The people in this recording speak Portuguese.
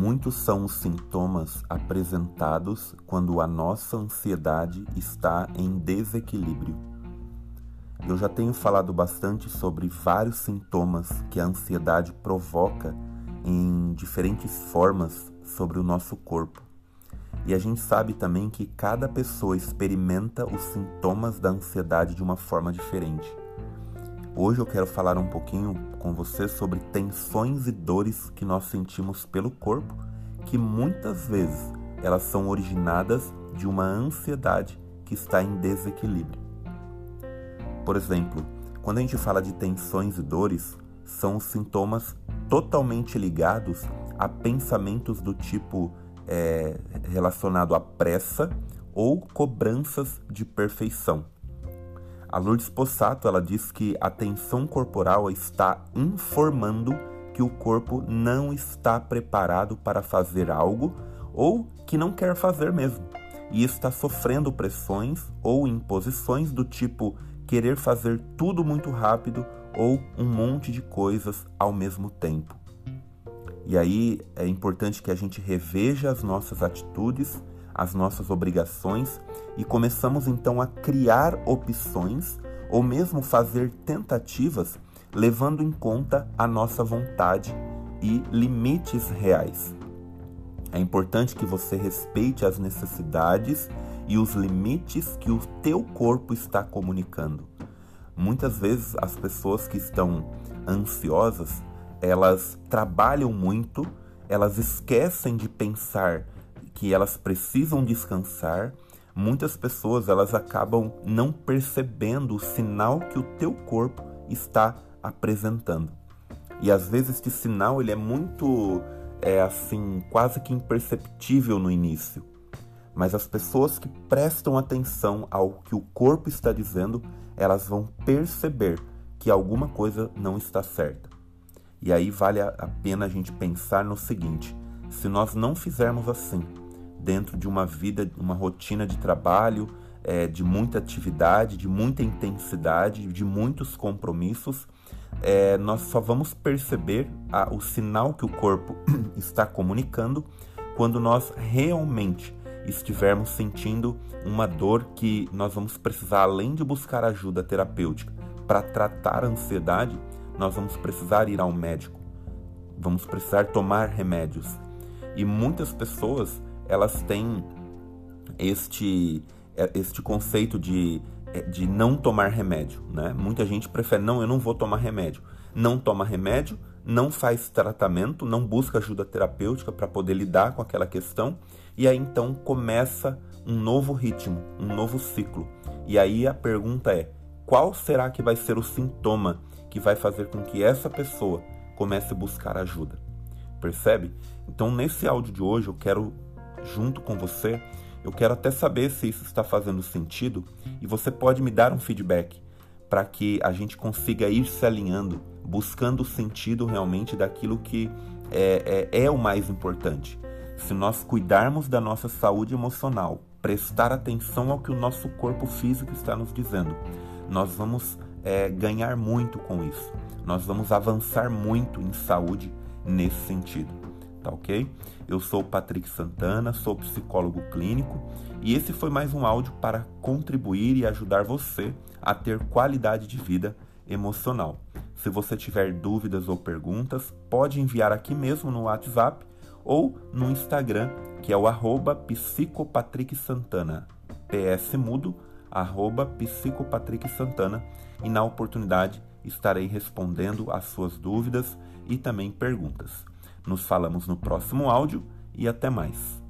Muitos são os sintomas apresentados quando a nossa ansiedade está em desequilíbrio. Eu já tenho falado bastante sobre vários sintomas que a ansiedade provoca em diferentes formas sobre o nosso corpo. E a gente sabe também que cada pessoa experimenta os sintomas da ansiedade de uma forma diferente. Hoje eu quero falar um pouquinho com você sobre tensões e dores que nós sentimos pelo corpo, que muitas vezes elas são originadas de uma ansiedade que está em desequilíbrio. Por exemplo, quando a gente fala de tensões e dores, são sintomas totalmente ligados a pensamentos do tipo relacionado à pressa ou cobranças de perfeição. A Lourdes Possato, ela diz que a tensão corporal está informando que o corpo não está preparado para fazer algo ou que não quer fazer mesmo, e está sofrendo pressões ou imposições do tipo querer fazer tudo muito rápido ou um monte de coisas ao mesmo tempo. E aí é importante que a gente reveja as nossas atitudes, as nossas obrigações e começamos então a criar opções ou mesmo fazer tentativas levando em conta a nossa vontade e limites reais. É importante que você respeite as necessidades e os limites que o teu corpo está comunicando. Muitas vezes as pessoas que estão ansiosas, elas trabalham muito, elas esquecem de pensar que elas precisam descansar. Muitas pessoas elas acabam não percebendo o sinal que o teu corpo está apresentando. E às vezes esse sinal ele é muito, quase que imperceptível no início. Mas as pessoas que prestam atenção ao que o corpo está dizendo, elas vão perceber que alguma coisa não está certa. E aí vale a pena a gente pensar no seguinte: se nós não fizermos assim, dentro de uma vida, uma rotina de trabalho, de muita atividade, de muita intensidade, de muitos compromissos, nós só vamos perceber o sinal que o corpo está comunicando quando nós realmente estivermos sentindo uma dor que nós vamos precisar, além de buscar ajuda terapêutica para tratar a ansiedade, nós vamos precisar ir ao médico, vamos precisar tomar remédios. E muitas pessoas elas têm este conceito de não tomar remédio, né? Muita gente prefere, não, eu não vou tomar remédio. Não toma remédio, não faz tratamento, não busca ajuda terapêutica para poder lidar com aquela questão, e aí então começa um novo ritmo, um novo ciclo. E aí a pergunta é, qual será que vai ser o sintoma que vai fazer com que essa pessoa comece a buscar ajuda? Percebe? Então nesse áudio de hoje eu quero, junto com você, eu quero até saber se isso está fazendo sentido e você pode me dar um feedback para que a gente consiga ir se alinhando, buscando o sentido realmente daquilo que é o mais importante. Se nós cuidarmos da nossa saúde emocional, prestar atenção ao que o nosso corpo físico está nos dizendo, nós vamos ganhar muito com isso. Nós vamos avançar muito em saúde nesse sentido. Tá ok? Eu sou o Patrick Santana, sou psicólogo clínico e esse foi mais um áudio para contribuir e ajudar você a ter qualidade de vida emocional. Se você tiver dúvidas ou perguntas, pode enviar aqui mesmo no WhatsApp ou no Instagram, que é o @psicopatricksantana, PS mudo, @psicopatricksantana, e na oportunidade estarei respondendo às suas dúvidas e também perguntas. Nos falamos no próximo áudio e até mais.